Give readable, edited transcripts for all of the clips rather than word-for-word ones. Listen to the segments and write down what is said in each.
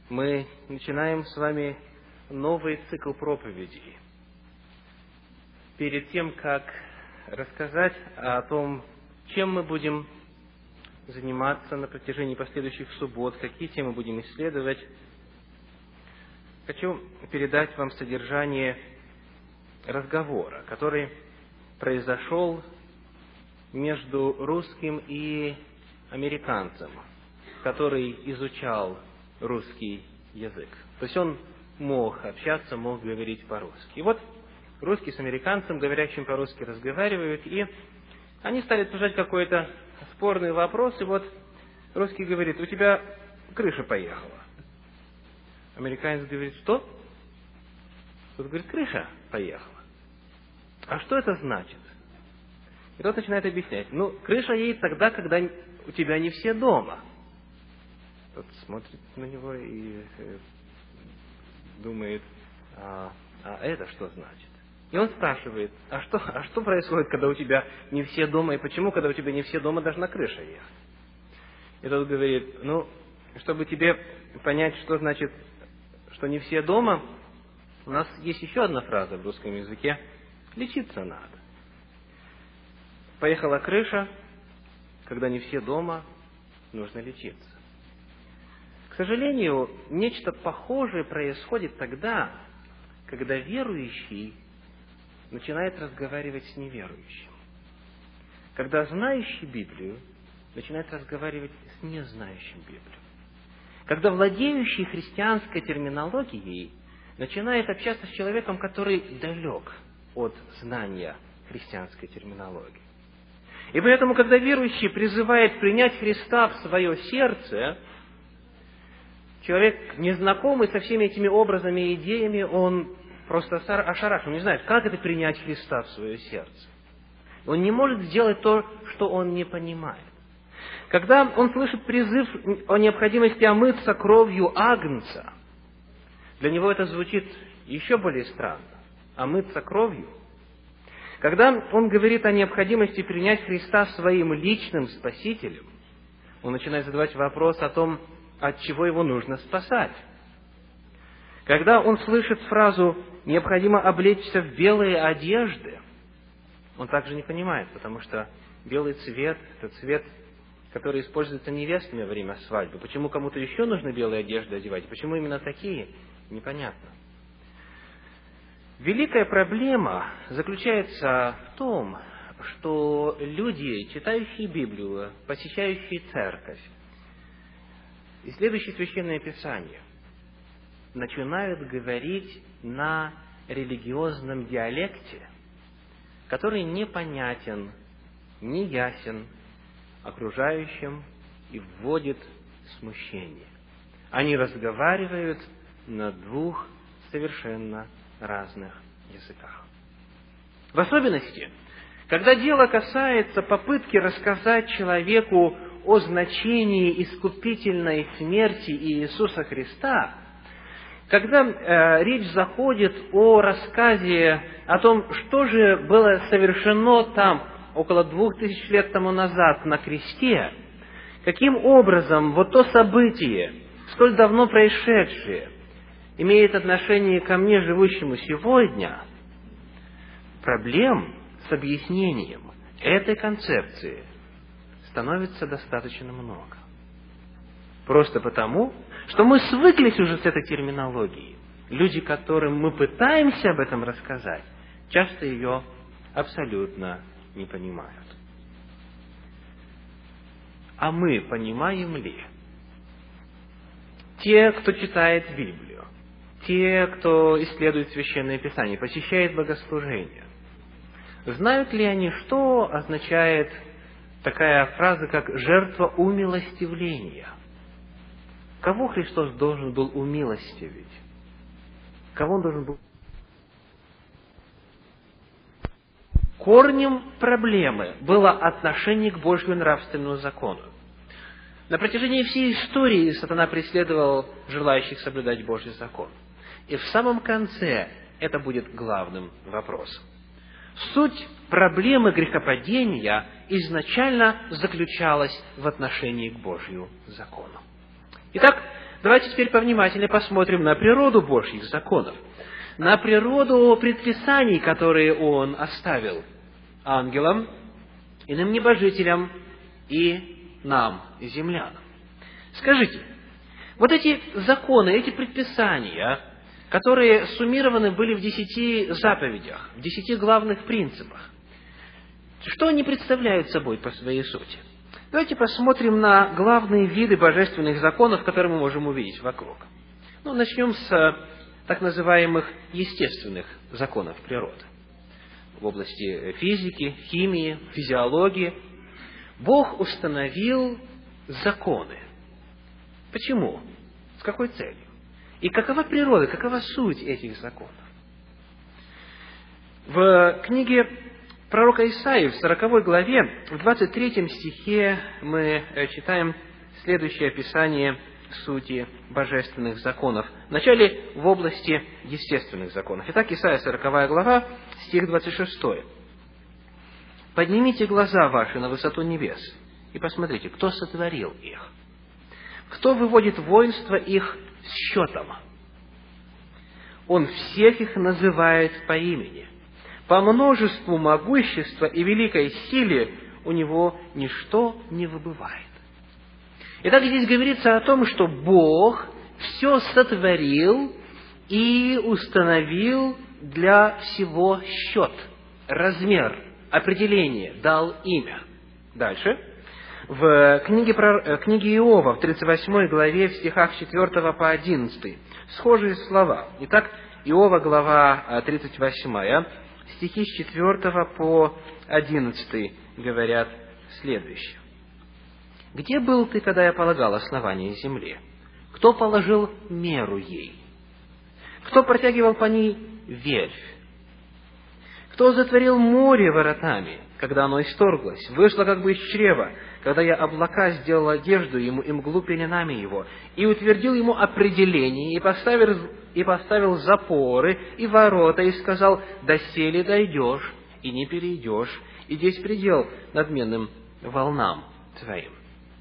Мы начинаем с вами новый цикл проповедей. Перед тем, как рассказать о том, чем мы будем заниматься на протяжении последующих суббот, какие темы будем исследовать, хочу передать вам содержание разговора, который произошел между русским и американцем, который изучал русский язык. То есть он мог общаться, мог говорить по-русски. И вот русский с американцем, говорящим по-русски, разговаривают, и они стали обсуждать какой-то спорный вопрос, и вот русский говорит: у тебя крыша поехала. Американец говорит: что? Тот говорит: крыша поехала. А что это значит? И тот начинает объяснять: крыша едет тогда, когда у тебя не все дома. Тот смотрит на него и думает: а это что значит? И он спрашивает: а что происходит, когда у тебя не все дома, и почему, когда у тебя не все дома, должна крыша ехать? И тот говорит: чтобы тебе понять, что значит, что не все дома, у нас есть еще одна фраза в русском языке: лечиться надо. Поехала крыша, когда не все дома, нужно лечиться. К сожалению, нечто похожее происходит тогда, когда верующий начинает разговаривать с неверующим. Когда знающий Библию начинает разговаривать с незнающим Библию. Когда владеющий христианской терминологией начинает общаться с человеком, который далек от знания христианской терминологии. И поэтому, когда верующий призывает принять Христа в свое сердце, человек, незнакомый со всеми этими образами и идеями, он просто ошарашен, он не знает, как это принять Христа в свое сердце. Он не может сделать то, что он не понимает. Когда он слышит призыв о необходимости омыться кровью агнца, для него это звучит еще более странно. Омыться кровью. Когда он говорит о необходимости принять Христа своим личным Спасителем, он начинает задавать вопрос о том, от чего его нужно спасать. Когда он слышит фразу «необходимо облечься в белые одежды», он также не понимает, потому что белый цвет – это цвет, который используется невестами во время свадьбы. Почему кому-то еще нужно белые одежды одевать? Почему именно такие? Непонятно. Великая проблема заключается в том, что люди, читающие Библию, посещающие церковь, исследующие Священное Писание, начинают говорить на религиозном диалекте, который непонятен, неясен окружающим и вводит смущение. Они разговаривают на двух совершенно разных языках. В особенности, когда дело касается попытки рассказать человеку о значении искупительной смерти Иисуса Христа, когда речь заходит о рассказе о том, что же было совершено там около 2000 лет тому назад на кресте, каким образом вот то событие, столь давно происшедшее, имеет отношение ко мне, живущему сегодня, проблем с объяснением этой концепции становится достаточно много. Просто потому, что мы свыклись уже с этой терминологией. Люди, которым мы пытаемся об этом рассказать, часто ее абсолютно не понимают. А мы понимаем ли? Те, кто читает Библию, те, кто исследует Священное Писание, посещает богослужения, знают ли они, что означает такая фраза, как «жертва умилостивления»? Кого Христос должен был умилостивить? Кого Он должен был? Корнем проблемы было отношение к Божьему нравственному закону. На протяжении всей истории сатана преследовал желающих соблюдать Божий закон. И в самом конце это будет главным вопросом. Суть проблемы грехопадения изначально заключалась в отношении к Божьему закону. Итак, давайте теперь повнимательнее посмотрим на природу Божьих законов, на природу предписаний, которые Он оставил ангелам, иным небожителям и нам, землянам. Скажите, вот эти законы, эти предписания, которые суммированы были в 10 заповедях, в 10 главных принципах, что они представляют собой по своей сути? Давайте посмотрим на главные виды божественных законов, которые мы можем увидеть вокруг. Начнем с так называемых естественных законов природы. В области физики, химии, физиологии Бог установил законы. Почему? С какой целью? И какова природа, какова суть этих законов? В книге пророка Исаии, в 40 главе, в 23 стихе мы читаем следующее описание сути божественных законов. Вначале в области естественных законов. Итак, Исаия, 40 глава, стих 26. «Поднимите глаза ваши на высоту небес и посмотрите, кто сотворил их, кто выводит воинство их с счетом. Он всех их называет по имени. По множеству могущества и великой силе у него ничто не выбывает». Итак, здесь говорится о том, что Бог все сотворил и установил для всего счет, размер, определение, дал имя. Дальше. В книге Иова, в 38 главе, в стихах 4 по 11, схожие слова. Итак, Иова, глава 38, стихи с 4 по 11 говорят следующее. «Где был ты, когда я полагал основание земли? Кто положил меру ей? Кто протягивал по ней верфь? Кто затворил море воротами, когда оно исторглось, вышло как бы из чрева, когда я облака сделал одежду ему и мглу пеленами его, и утвердил ему определение, и поставил запоры и ворота, и сказал, доселе дойдешь, и не перейдешь, и здесь предел надменным волнам твоим».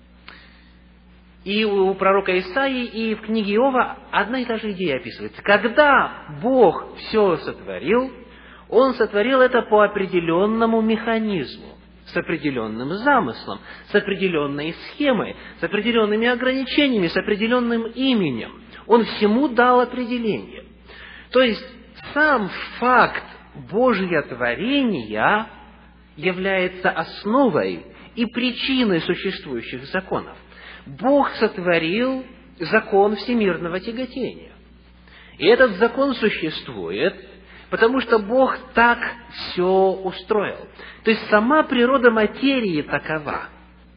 И у пророка Исаии, и в книге Иова одна и та же идея описывается. Когда Бог все сотворил, Он сотворил это по определенному механизму, с определенным замыслом, с определенной схемой, с определенными ограничениями, с определенным именем. Он всему дал определение. То есть, сам факт Божьего творения является основой и причиной существующих законов. Бог сотворил закон всемирного тяготения. И этот закон существует, потому что Бог так все устроил. То есть сама природа материи такова.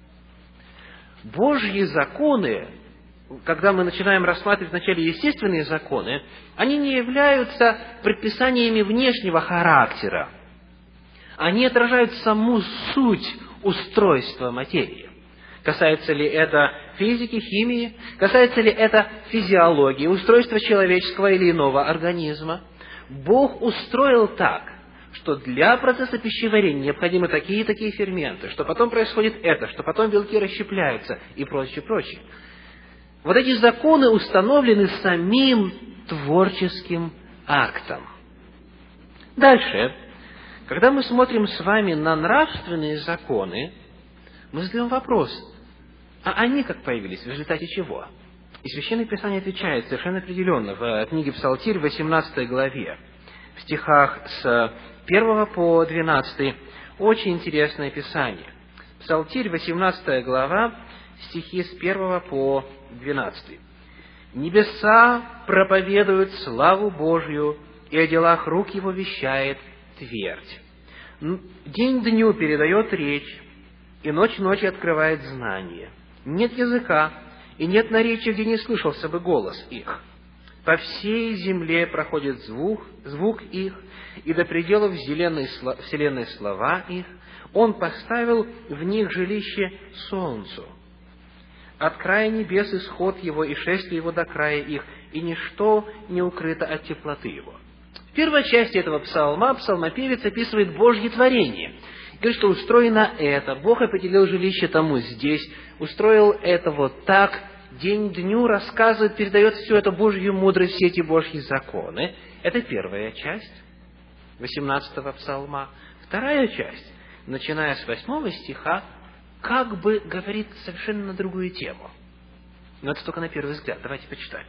Божьи законы, когда мы начинаем рассматривать вначале естественные законы, они не являются предписаниями внешнего характера. Они отражают саму суть устройства материи. Касается ли это физики, химии, касается ли это физиологии, устройства человеческого или иного организма. Бог устроил так, что для процесса пищеварения необходимы такие и такие ферменты, что потом происходит это, что потом белки расщепляются и прочее, прочее. Вот эти законы установлены самим творческим актом. Дальше, когда мы смотрим с вами на нравственные законы, мы задаем вопрос, а они как появились, в результате чего? И Священное Писание отвечает совершенно определенно в книге Псалтирь, 18 главе, в стихах с 1 по 12, очень интересное Писание. Псалтирь, 18 глава, стихи с 1 по 12. «Небеса проповедуют славу Божью, и о делах рук Его вещает твердь. День дню передает речь, и ночь ночи открывает знание. Нет языка, и нет наречия, где не слышался бы голос их. По всей земле проходит звук их, и до пределов вселенной слова их. Он поставил в них жилище солнцу. От края небес исход его, и шествие его до края их, и ничто не укрыто от теплоты его». В первой части этого псалма псалмопевец описывает Божье творение. Говорит, что устроено это, Бог определил жилище тому здесь, устроил это вот так день дню рассказывает, передает всю эту Божью мудрость, все эти Божьи законы. Это первая часть 18-го псалма. Вторая часть, начиная с 8 стиха, как бы говорит совершенно на другую тему. Но это только на первый взгляд. Давайте почитаем.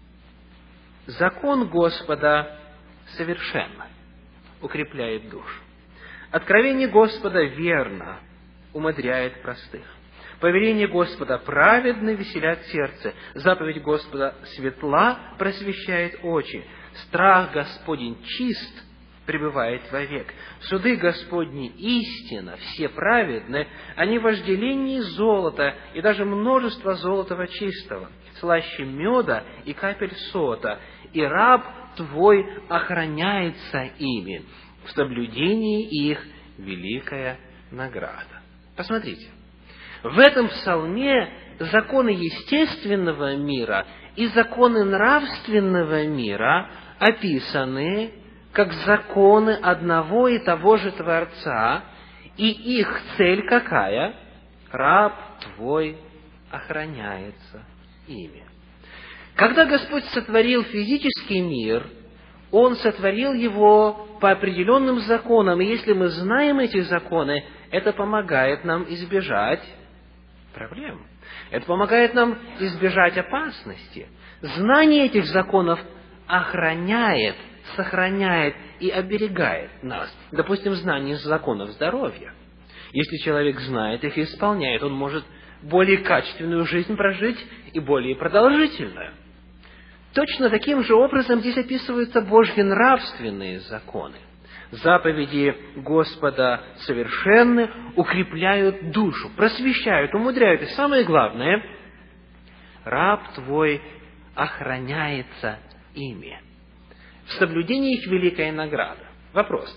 «Закон Господа совершенно укрепляет душу. Откровение Господа верно умудряет простых. Повеление Господа праведно веселят сердце. Заповедь Господа светла просвещает очи. Страх Господень чист, пребывает вовек. Суды Господни истина, все праведны, они вожделение золота и даже множество золотого чистого, слаще меда и капель сота, и раб Твой охраняется ими. В соблюдении их великая награда». Посмотрите, в этом псалме законы естественного мира и законы нравственного мира описаны как законы одного и того же Творца, и их цель какая? Раб Твой охраняется ими. Когда Господь сотворил физический мир, Он сотворил его по определенным законам, и если мы знаем эти законы, это помогает нам избежать проблем. Это помогает нам избежать опасности. Знание этих законов охраняет, сохраняет и оберегает нас. Допустим, знание законов здоровья. Если человек знает их и исполняет, он может более качественную жизнь прожить и более продолжительную. Точно таким же образом здесь описываются Божьи нравственные законы. Заповеди Господа совершенны, укрепляют душу, просвещают, умудряют. И самое главное, раб Твой охраняется ими. В соблюдении их великая награда. Вопрос.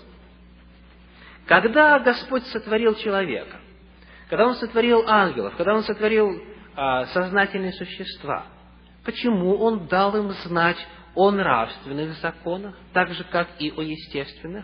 Когда Господь сотворил человека, когда Он сотворил ангелов, когда Он сотворил сознательные существа, почему Он дал им знать о нравственных законах, так же, как и о естественных?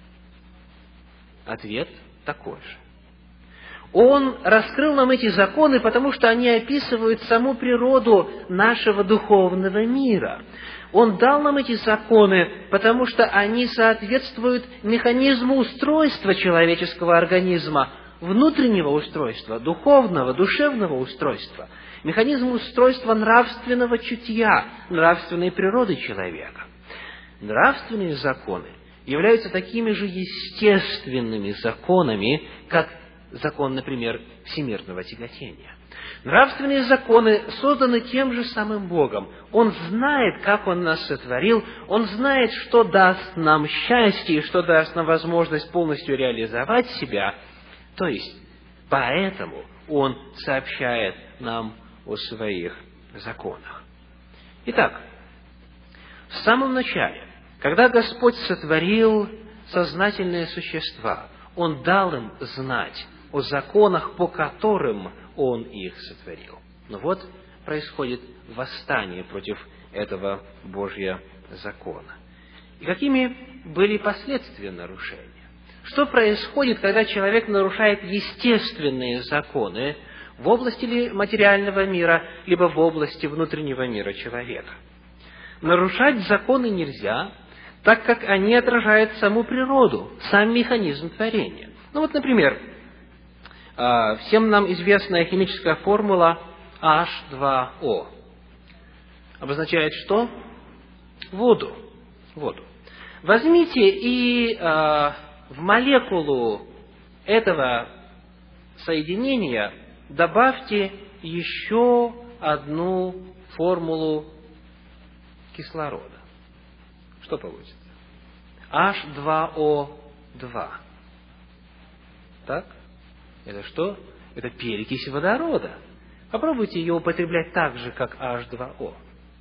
Ответ такой же. Он раскрыл нам эти законы, потому что они описывают саму природу нашего духовного мира. Он дал нам эти законы, потому что они соответствуют механизму устройства человеческого организма, внутреннего устройства, духовного, душевного устройства, механизму устройства нравственного чутья, нравственной природы человека. Нравственные законы являются такими же естественными законами, как закон, например, всемирного тяготения. Нравственные законы созданы тем же самым Богом. Он знает, как Он нас сотворил, Он знает, что даст нам счастье и что даст нам возможность полностью реализовать себя. То есть, поэтому Он сообщает нам о своих законах. Итак, в самом начале, когда Господь сотворил сознательные существа, Он дал им знать о законах, по которым Он их сотворил. Но вот происходит восстание против этого Божьего закона. И какими были последствия нарушения? Что происходит, когда человек нарушает естественные законы в области материального мира, либо в области внутреннего мира человека? Нарушать законы нельзя, так как они отражают саму природу, сам механизм творения. Ну вот, например, всем нам известная химическая формула H2O обозначает что? Воду. Возьмите и в молекулу этого соединения добавьте еще одну формулу кислорода. Что получится? H2O2. Так? Это что? Это перекись водорода. Попробуйте ее употреблять так же, как H2O.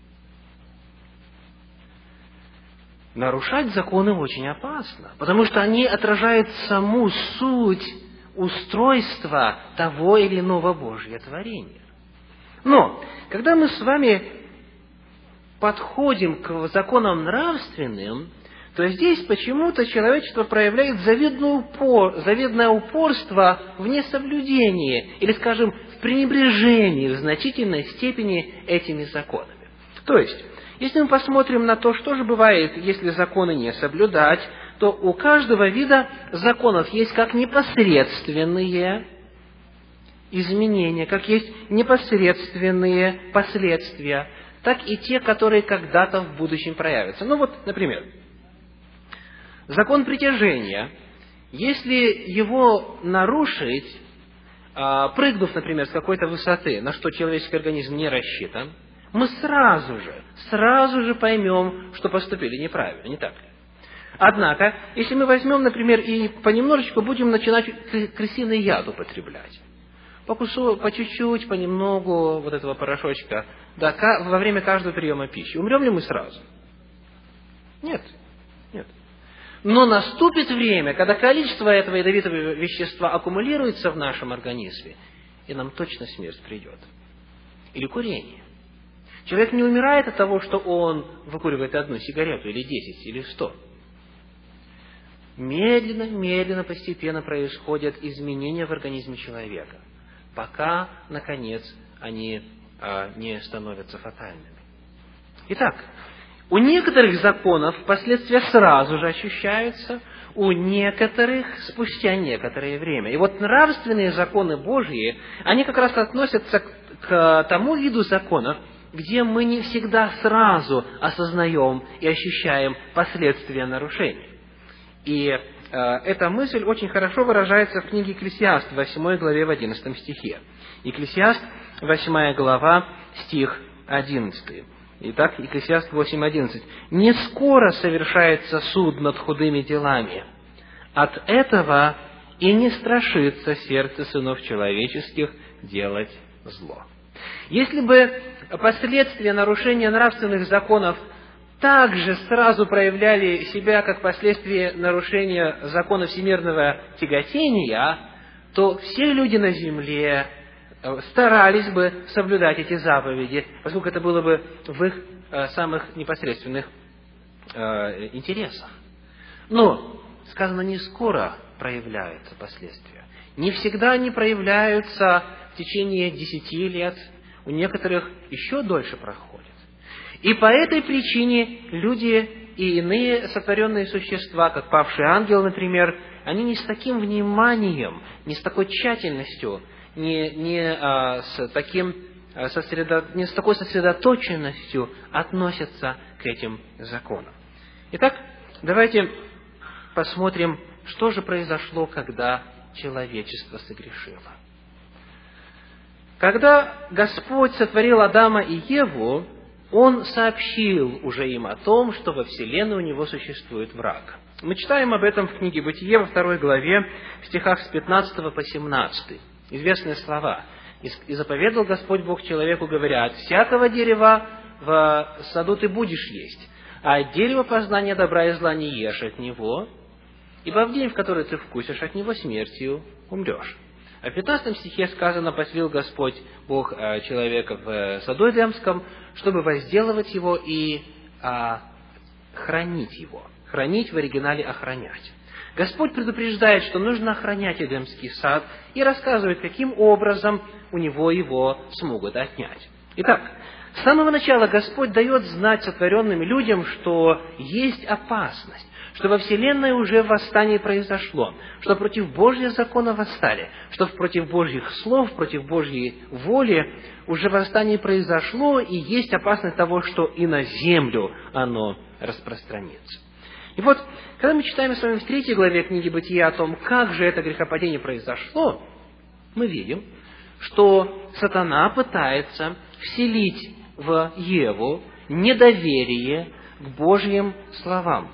Нарушать законы очень опасно, потому что они отражают саму суть устройства того или иного Божьего творения. Но, когда мы с вами подходим к законам нравственным, то здесь почему-то человечество проявляет завидное упорство в несоблюдении, или, скажем, в пренебрежении в значительной степени этими законами. То есть, если мы посмотрим на то, что же бывает, если законы не соблюдать, то у каждого вида законов есть как непосредственные изменения, как есть непосредственные последствия, так и те, которые когда-то в будущем проявятся. Ну вот, например, закон притяжения, если его нарушить, прыгнув, например, с какой-то высоты, на что человеческий организм не рассчитан, мы сразу же поймем, что поступили неправильно, не так ли? Однако, если мы возьмем, например, и понемножечку будем начинать крысиный яд употреблять, по чуть-чуть, понемногу вот этого порошочка, да, во время каждого приема пищи, умрем ли мы сразу? Нет. Но наступит время, когда количество этого ядовитого вещества аккумулируется в нашем организме, и нам точно смерть придет. Или курение. Человек не умирает от того, что он выкуривает одну сигарету, или 10, или 100. Медленно, постепенно происходят изменения в организме человека, пока, наконец, они не становятся фатальными. Итак, у некоторых законов последствия сразу же ощущаются, у некоторых спустя некоторое время. И вот нравственные законы Божьи, они как раз относятся к тому виду законов, где мы не всегда сразу осознаем и ощущаем последствия нарушений. И эта мысль очень хорошо выражается в книге Екклесиаст, 8 главе, в 11 стихе. Екклесиаст, 8 глава, стих 11. Итак, Екклесиаст 8:11. «Не скоро совершается суд над худыми делами. От этого и не страшится сердце сынов человеческих делать зло». Если бы последствия нарушения нравственных законов также сразу проявляли себя, как последствия нарушения закона всемирного тяготения, то все люди на земле старались бы соблюдать эти заповеди, поскольку это было бы в их самых непосредственных интересах. Но, сказано, не скоро проявляются последствия. Не всегда они проявляются в течение 10 лет, у некоторых еще дольше проходит. И по этой причине люди и иные сотворенные существа, как павший ангел, например, они не с таким вниманием, не с такой тщательностью, не с такой сосредоточенностью относятся к этим законам. Итак, давайте посмотрим, что же произошло, когда человечество согрешило. Когда Господь сотворил Адама и Еву, Он сообщил уже им о том, что во вселенной у него существует враг. Мы читаем об этом в книге Бытие во 2 главе, в стихах с 15 по 17. Известные слова. «И заповедал Господь Бог человеку, говоря, от всякого дерева в саду ты будешь есть, а от дерева познания добра и зла не ешь от него, ибо в день, в который ты вкусишь от него, смертью умрешь». А в 15 стихе сказано: «Поселил Господь Бог человека в саду Эдемском, чтобы возделывать его и хранить его». Хранить в оригинале «охранять». Господь предупреждает, что нужно охранять Эдемский сад, и рассказывает, каким образом у него его смогут отнять. Итак, с самого начала Господь дает знать сотворенным людям, что есть опасность, что во вселенной уже восстание произошло, что против Божьих закона восстали, что против Божьих слов, против Божьей воли уже восстание произошло, и есть опасность того, что и на землю оно распространится. И вот, когда мы читаем с вами в 3 главе книги Бытия о том, как же это грехопадение произошло, мы видим, что сатана пытается вселить в Еву недоверие к Божьим словам.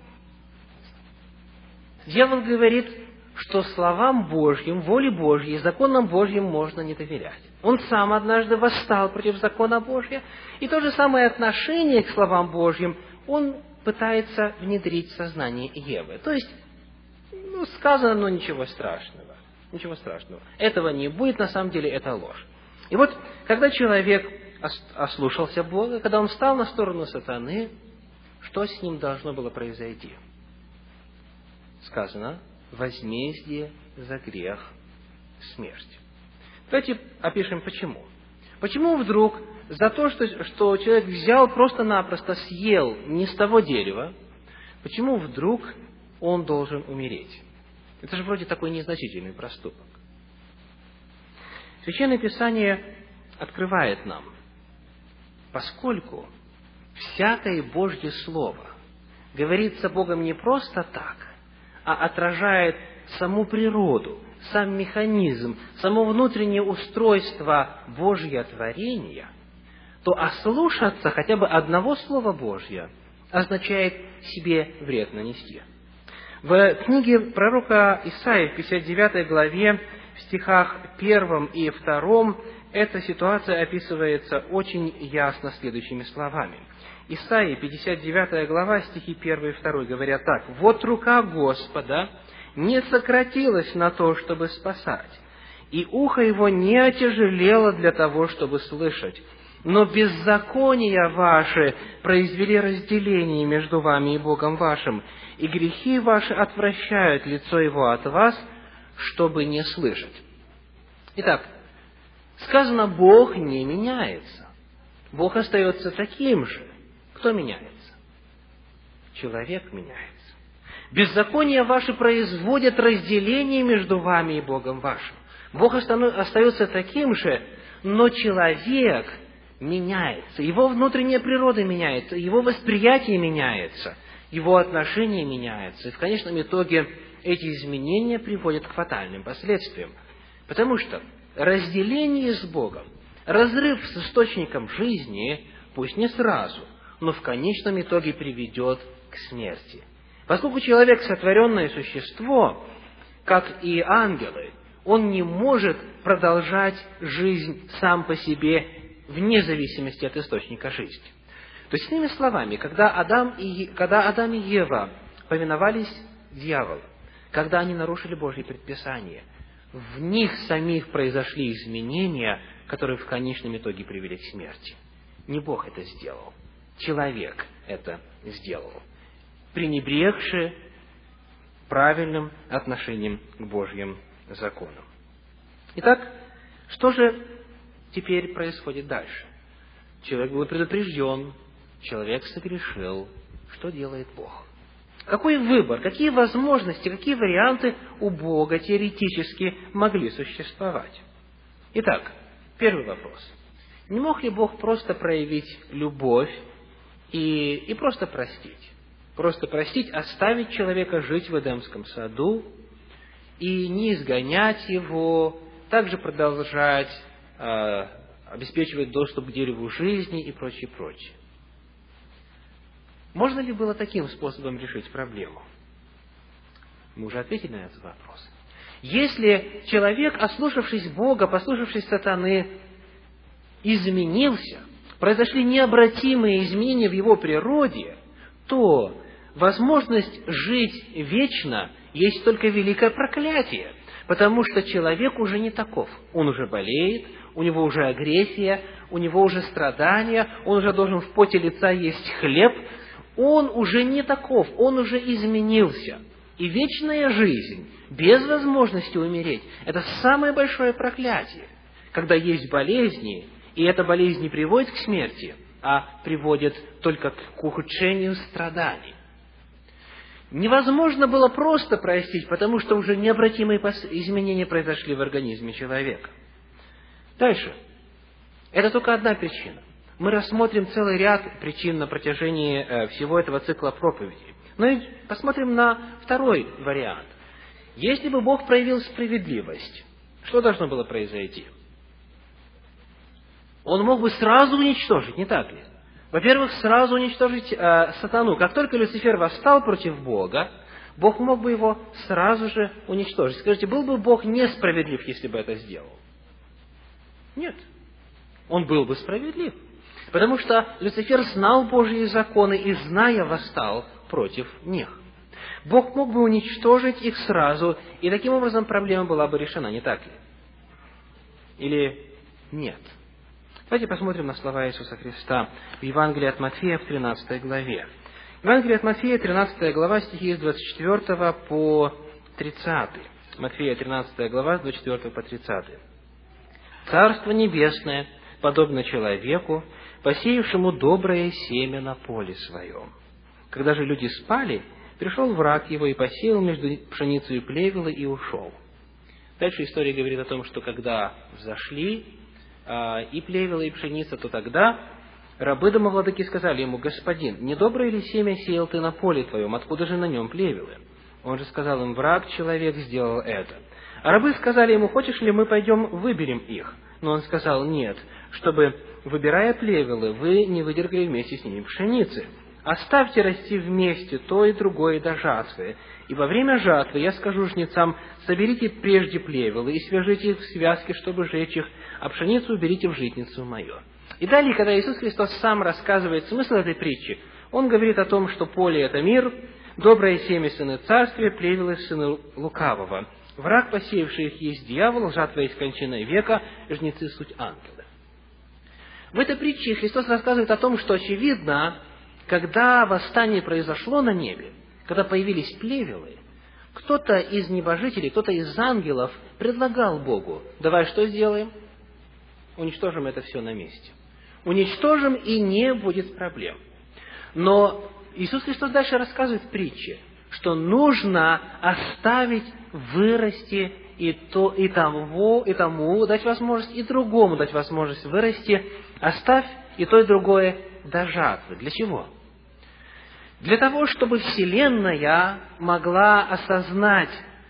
Дьявол говорит, что словам Божьим, воле Божьей, законам Божьим можно не доверять. Он сам однажды восстал против закона Божьего, и то же самое отношение к словам Божьим он пытается внедрить в сознание Евы. То есть, сказано, но ничего страшного. Ничего страшного. Этого не будет, на самом деле это ложь. И вот, когда человек ослушался Бога, когда он встал на сторону сатаны, что с ним должно было произойти? Сказано: возмездие за грех — смерть. Давайте опишем почему. Почему вдруг за то, что человек взял, просто-напросто съел не с того дерева, почему вдруг он должен умереть? Это же вроде такой незначительный проступок. Священное Писание открывает нам, поскольку всякое Божье Слово говорится Богом не просто так, а отражает саму природу, сам механизм, само внутреннее устройство Божьего творения, то ослушаться хотя бы одного Слова Божьего означает себе вред нанести. В книге пророка Исаии, в 59 главе, в стихах 1 и 2, эта ситуация описывается очень ясно следующими словами. Исаии, 59 глава, стихи 1 и 2 говорят так: «Вот рука Господа не сократилась на то, чтобы спасать, и ухо его не отяжелело для того, чтобы слышать. Но беззакония ваши произвели разделение между вами и Богом вашим, и грехи ваши отвращают лицо его от вас, чтобы не слышать». Итак, сказано, Бог не меняется. Бог остается таким же. Кто меняется? Человек меняется. Беззакония ваши производят разделение между вами и Богом вашим. Бог остается таким же, но человек меняется. Его внутренняя природа меняется, его восприятие меняется, его отношение меняется. И в конечном итоге эти изменения приводят к фатальным последствиям. Потому что разделение с Богом, разрыв с источником жизни, пусть не сразу, но в конечном итоге приведет к смерти. Поскольку человек сотворенное существо, как и ангелы, он не может продолжать жизнь сам по себе вне зависимости от источника жизни. То есть, иными словами, когда Адам и Ева повиновались дьяволу, когда они нарушили Божьи предписания, в них самих произошли изменения, которые в конечном итоге привели к смерти. Не Бог это сделал, человек это сделал, пренебрегши правильным отношением к Божьим законам. Итак, что же теперь происходит дальше? Человек был предупрежден, человек согрешил. Что делает Бог? Какой выбор, какие возможности, какие варианты у Бога теоретически могли существовать? Итак, первый вопрос. Не мог ли Бог просто проявить любовь и просто простить? Просто простить, оставить человека жить в Эдемском саду и не изгонять его, также продолжать обеспечивать доступ к дереву жизни и прочее, прочее. Можно ли было таким способом решить проблему? Мы уже ответили на этот вопрос. Если человек, ослушавшись Бога, послушавшись сатаны, изменился, произошли необратимые изменения в его природе, то возможность жить вечно есть только великое проклятие, потому что человек уже не таков. Он уже болеет, у него уже агрессия, у него уже страдания, он уже должен в поте лица есть хлеб. Он уже не таков, он уже изменился. И вечная жизнь, без возможности умереть, это самое большое проклятие, когда есть болезни, и эта болезнь не приводит к смерти, а приводит только к ухудшению страданий. Невозможно было просто простить, потому что уже необратимые изменения произошли в организме человека. Дальше. Это только одна причина. Мы рассмотрим целый ряд причин на протяжении всего этого цикла проповедей. Но и посмотрим на второй вариант. Если бы Бог проявил справедливость, что должно было произойти? Он мог бы сразу уничтожить, не так ли? Во-первых, сразу уничтожить сатану. Как только Люцифер восстал против Бога, Бог мог бы его сразу же уничтожить. Скажите, был бы Бог несправедлив, если бы это сделал? Нет. Он был бы справедлив. Потому что Люцифер знал Божьи законы и, зная, восстал против них. Бог мог бы уничтожить их сразу, и таким образом проблема была бы решена, не так ли? Или нет? Давайте посмотрим на слова Иисуса Христа в Евангелии от Матфея в 13 главе. Евангелие от Матфея, 13 глава, стихи с 24 по 30. Матфея, 13 глава, с 24 по 30. Царство Небесное подобно человеку, посеявшему доброе семя на поле своем. Когда же люди спали, пришел враг его и посеял между пшеницей и плевелы и ушел». Дальше история говорит о том, что когда взошли и плевелы, и пшеница, то тогда рабы домовладыки сказали ему: «Господин, недоброе ли семя сеял ты на поле твоем? Откуда же на нем плевелы?» Он же сказал им: «Враг человек сделал это». А рабы сказали ему: «Хочешь ли мы пойдем выберем их?» Но он сказал: «Нет, чтобы, выбирая плевелы, вы не выдергали вместе с ними пшеницы. Оставьте расти вместе то и другое до жатвы. И во время жатвы я скажу жнецам: соберите прежде плевелы и свяжите их в связки, чтобы жечь их, а пшеницу уберите в житницу мою». И далее, когда Иисус Христос сам рассказывает смысл этой притчи, Он говорит о том, что поле – это мир, доброе семя – сыны царствия, плевелы – сыны лукавого. Враг, посеявший их, есть дьявол, жатва есть кончина века, жнецы – суть ангелы. В этой притче Христос рассказывает о том, что, очевидно, когда восстание произошло на небе, когда появились плевелы, кто-то из небожителей, кто-то из ангелов предлагал Богу: «Давай что сделаем? Уничтожим это все на месте. Уничтожим, и не будет проблем». Но Иисус Христос дальше рассказывает в притче, что нужно оставить вырасти и тому дать возможность, и другому дать возможность вырасти. Оставь и то, и другое до жатвы. Для чего? Для того, чтобы Вселенная могла осознать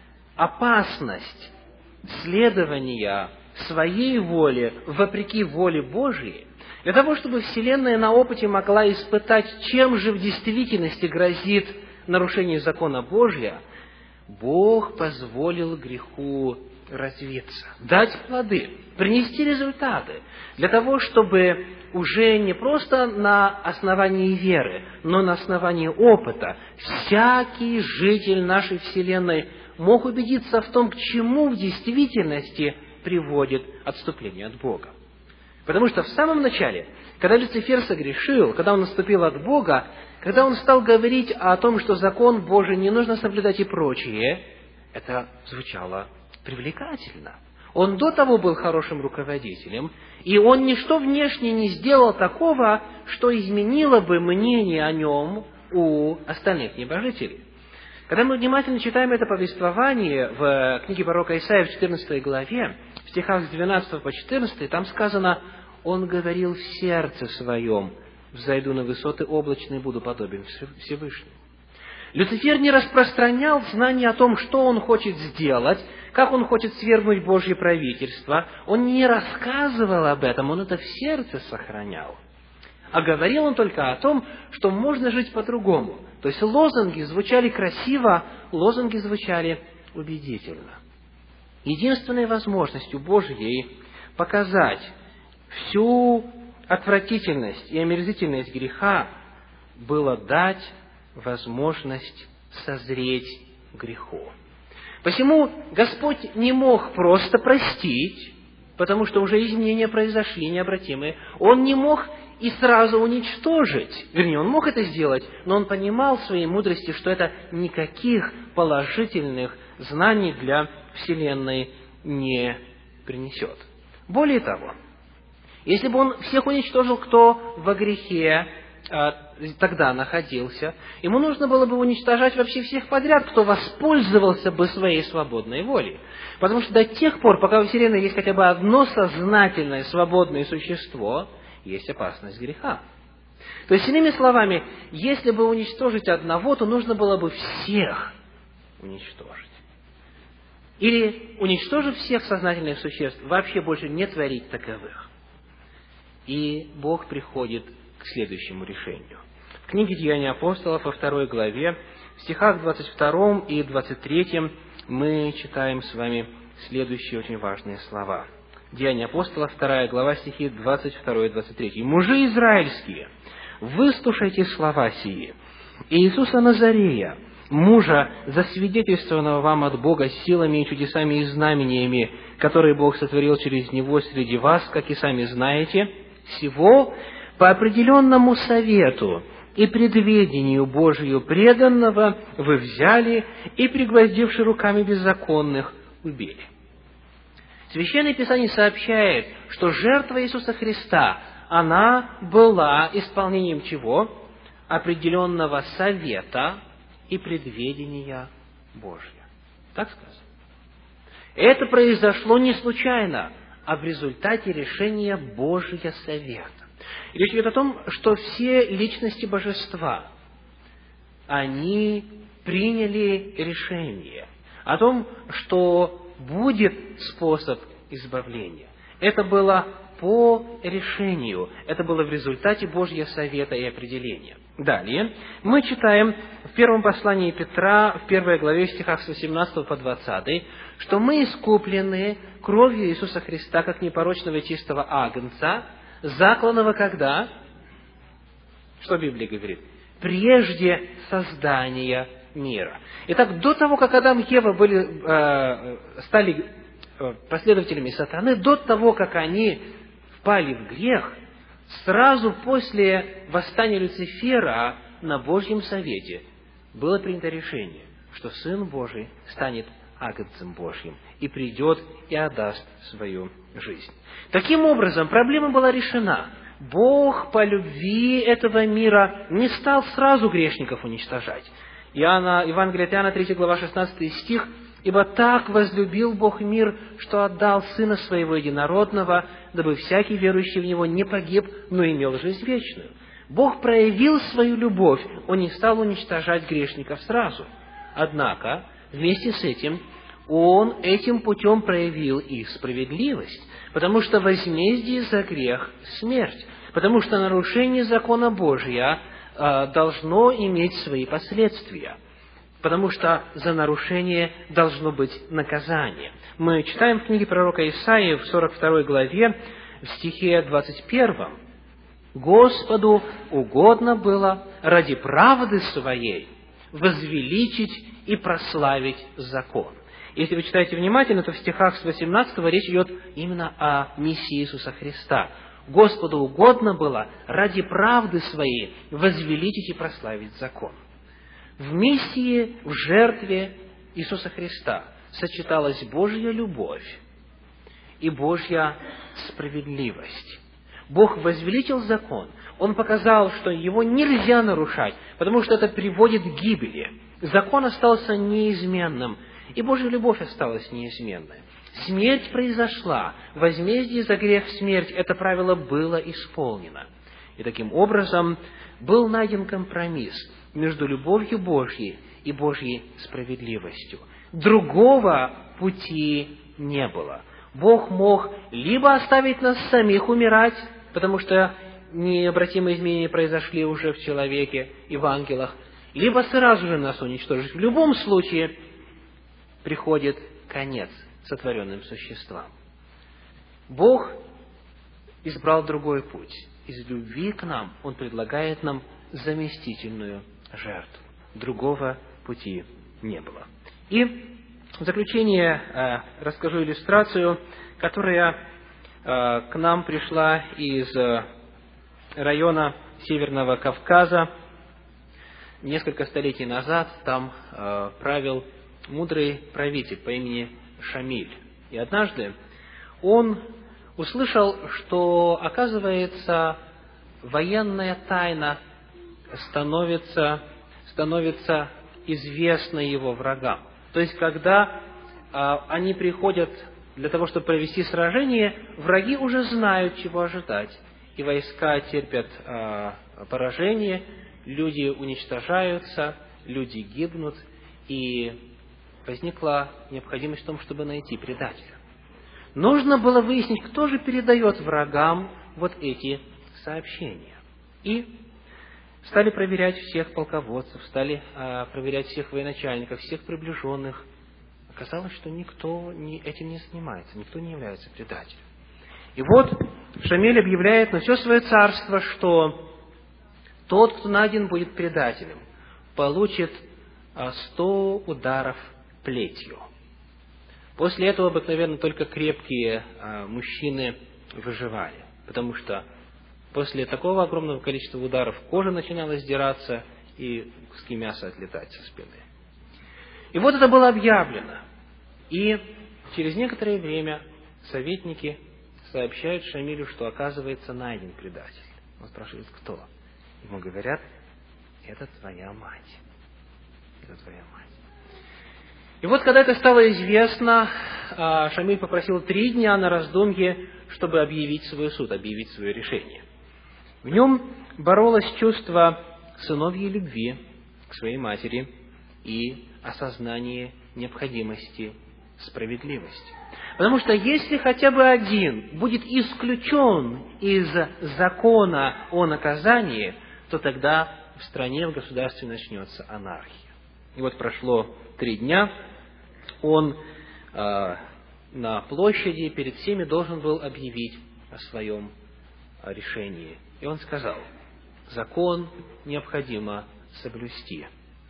опасность следования своей воле вопреки воле Божьей, для того, чтобы Вселенная на опыте могла испытать, чем же в действительности грозит нарушение закона Божия, Бог позволил греху развиться, дать плоды, принести результаты, для того, чтобы уже не просто на основании веры, но на основании опыта всякий житель нашей Вселенной мог убедиться в том, к чему в действительности приводит отступление от Бога. Потому что в самом начале, когда Люцифер согрешил, когда он наступил от Бога, когда он стал говорить о том, что закон Божий не нужно соблюдать и прочее, это звучало привлекательно. Он до того был хорошим руководителем, и он ничто внешне не сделал такого, что изменило бы мнение о нем у остальных небожителей. Когда мы внимательно читаем это повествование в книге пророка Исаии в 14 главе, в стихах с 12 по 14, там сказано: «Он говорил в сердце своем: взойду на высоты облачные, буду подобен Всевышнему». Люцифер не распространял знания о том, что он хочет сделать, как он хочет свергнуть Божье правительство. Он не рассказывал об этом, он это в сердце сохранял. А говорил он только о том, что можно жить по-другому. То есть лозунги звучали красиво, лозунги звучали убедительно. Единственной возможностью Божьей показать всю отвратительность и омерзительность греха было дать возможность созреть греху. Посему Господь не мог просто простить, потому что уже изменения произошли необратимые. Он не мог и сразу уничтожить. Вернее, он мог это сделать, но он понимал в своей мудрости, что это никаких положительных знаний для Вселенной не принесет. Более того, если бы он всех уничтожил, кто во грехе тогда находился, ему нужно было бы уничтожать вообще всех подряд, кто воспользовался бы своей свободной волей. Потому что до тех пор, пока во Вселенной есть хотя бы одно сознательное, свободное существо, есть опасность греха. То есть, иными словами, если бы уничтожить одного, то нужно было бы всех уничтожить. Или, уничтожив всех сознательных существ, вообще больше не творить таковых. И Бог приходит к следующему решению. В книге «Деяния апостолов» во 2 главе, в стихах 22 и 23 мы читаем с вами следующие очень важные слова. Деяния апостолов, 2 глава, стихи 22 и 23. «Мужи израильские, выслушайте слова сии. Иисуса Назарея, мужа, засвидетельствованного вам от Бога силами и чудесами и знамениями, которые Бог сотворил через Него среди вас, как и сами знаете, сего по определенному совету и предведению Божию преданного вы взяли и, пригвоздивши руками беззаконных, убили». Священное Писание сообщает, что жертва Иисуса Христа, она была исполнением чего? Определенного совета и предведения Божия. Так сказано. Это произошло не случайно, а в результате решения Божия совета. И речь идет о том, что все личности Божества, они приняли решение о том, что будет способ избавления. Это было по решению, это было в результате Божьего совета и определения. Далее мы читаем в первом послании Петра, в 1 главе, стихах с 18 по 20, что мы искуплены кровью Иисуса Христа, как непорочного и чистого агнца, закланного когда? Что Библия говорит? Прежде создания мира. Итак, до того, как Адам и Ева стали последователями сатаны, до того, как они впали в грех, сразу после восстания Люцифера на Божьем совете было принято решение, что Сын Божий станет агнцем Божьим и придет и отдаст свою жизнь. Таким образом, проблема была решена. Бог по любви этого мира не стал сразу грешников уничтожать. Евангелие от Иоанна, 3 глава, 16 стих: «Ибо так возлюбил Бог мир, что отдал Сына Своего Единородного, дабы всякий верующий в Него не погиб, но имел жизнь вечную». Бог проявил свою любовь, Он не стал уничтожать грешников сразу. Однако, вместе с этим, Он этим путем проявил их справедливость, потому что возмездие за грех – смерть, потому что нарушение закона Божия должно иметь свои последствия, потому что за нарушение должно быть наказание. Мы читаем в книге пророка Исаии в 42 главе, в стихе 21: «Господу угодно было ради правды Своей возвеличить и прославить закон». Если вы читаете внимательно, то в стихах с 18 речь идет именно о миссии Иисуса Христа. Господу угодно было ради правды Своей возвеличить и прославить закон. В миссии, в жертве Иисуса Христа сочеталась Божья любовь и Божья справедливость. Бог возвеличил закон. Он показал, что его нельзя нарушать, потому что это приводит к гибели. Закон остался неизменным, и Божья любовь осталась неизменной. Смерть произошла, возмездие за грех смерть, это правило было исполнено. И таким образом был найден компромисс между любовью Божьей и Божьей справедливостью. Другого пути не было. Бог мог либо оставить нас самих умирать, потому что необратимые изменения произошли уже в человеке и в ангелах, либо сразу же нас уничтожить. В любом случае приходит конец сотворенным существам. Бог избрал другой путь. Из любви к нам Он предлагает нам заместительную жертву. Другого пути не было. И в заключение расскажу иллюстрацию, которая к нам пришла из района Северного Кавказа. Несколько столетий назад там правил мудрый правитель по имени Шамиль. И однажды он услышал, что, оказывается, военная тайна становится известной его врагам. То есть, когда они приходят для того, чтобы провести сражение, враги уже знают, чего ожидать. И войска терпят поражение, люди уничтожаются, люди гибнут, и возникла необходимость в том, чтобы найти предателя. Нужно было выяснить, кто же передает врагам вот эти сообщения. И стали проверять всех полководцев, стали проверять всех военачальников, всех приближенных. Оказалось, что никто этим не занимается, никто не является предателем. И вот Шамиль объявляет на все свое царство, что тот, кто найден будет предателем, получит 100 ударов плетью. После этого обыкновенно только крепкие мужчины выживали, потому что после такого огромного количества ударов кожа начинала сдираться и куски мяса отлетать со спины. И вот это было объявлено. И через некоторое время советники сообщают Шамилю, что, оказывается, найден предатель. Он спрашивает, кто? Ему говорят, это твоя мать. Это твоя мать. И вот, когда это стало известно, Шамиль попросил 3 дня на раздумье, чтобы объявить свой суд, объявить свое решение. В нем боролось чувство сыновьей любви к своей матери и осознание необходимости справедливости. Потому что если хотя бы один будет исключен из закона о наказании, то тогда в стране, в государстве начнется анархия. И вот прошло 3 дня, он на площади перед всеми должен был объявить о своем решении. И он сказал, закон необходимо соблюсти.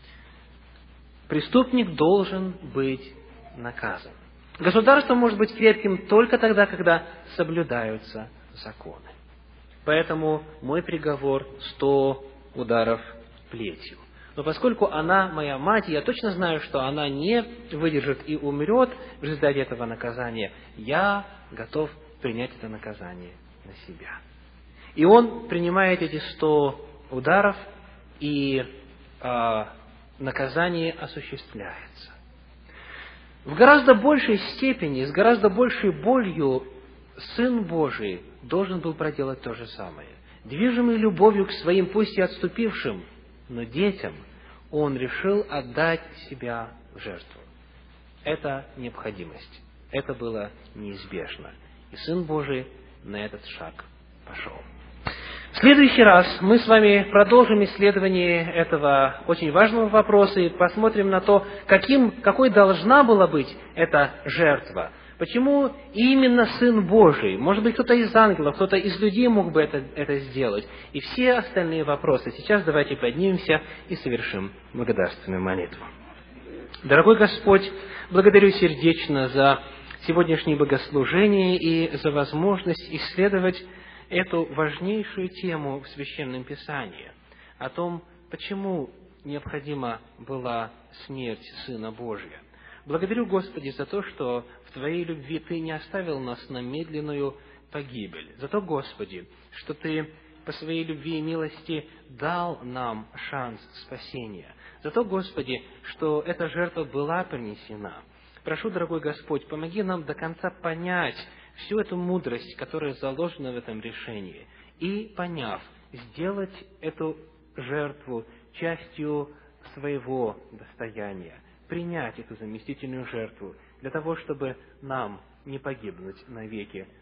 Преступник должен быть наказан. Государство может быть крепким только тогда, когда соблюдаются законы. Поэтому мой приговор 100 ударов плетью. Но поскольку она моя мать, и я точно знаю, что она не выдержит и умрет в результате этого наказания, я готов принять это наказание на себя. И он принимает эти 100 ударов, и наказание осуществляется. В гораздо большей степени, с гораздо большей болью Сын Божий должен был проделать то же самое. Движимый любовью к своим, пусть и отступившим, но детям, он решил отдать себя в жертву. Это необходимость. Это было неизбежно. И Сын Божий на этот шаг пошел. В следующий раз мы с вами продолжим исследование этого очень важного вопроса и посмотрим на то, какой должна была быть эта жертва. Почему именно Сын Божий? Может быть, кто-то из ангелов, кто-то из людей мог бы это сделать. И все остальные вопросы. Сейчас давайте поднимемся и совершим благодарственную молитву. Дорогой Господь, благодарю сердечно за сегодняшнее богослужение и за возможность исследовать эту важнейшую тему в Священном Писании, о том, почему необходима была смерть Сына Божия. Благодарю, Господи, за то, что в Твоей любви Ты не оставил нас на медленную погибель. За то, Господи, что Ты по Своей любви и милости дал нам шанс спасения. За то, Господи, что эта жертва была принесена. Прошу, дорогой Господь, помоги нам до конца понять всю эту мудрость, которая заложена в этом решении, и, поняв, сделать эту жертву частью своего достояния, принять эту заместительную жертву для того, чтобы нам не погибнуть навеки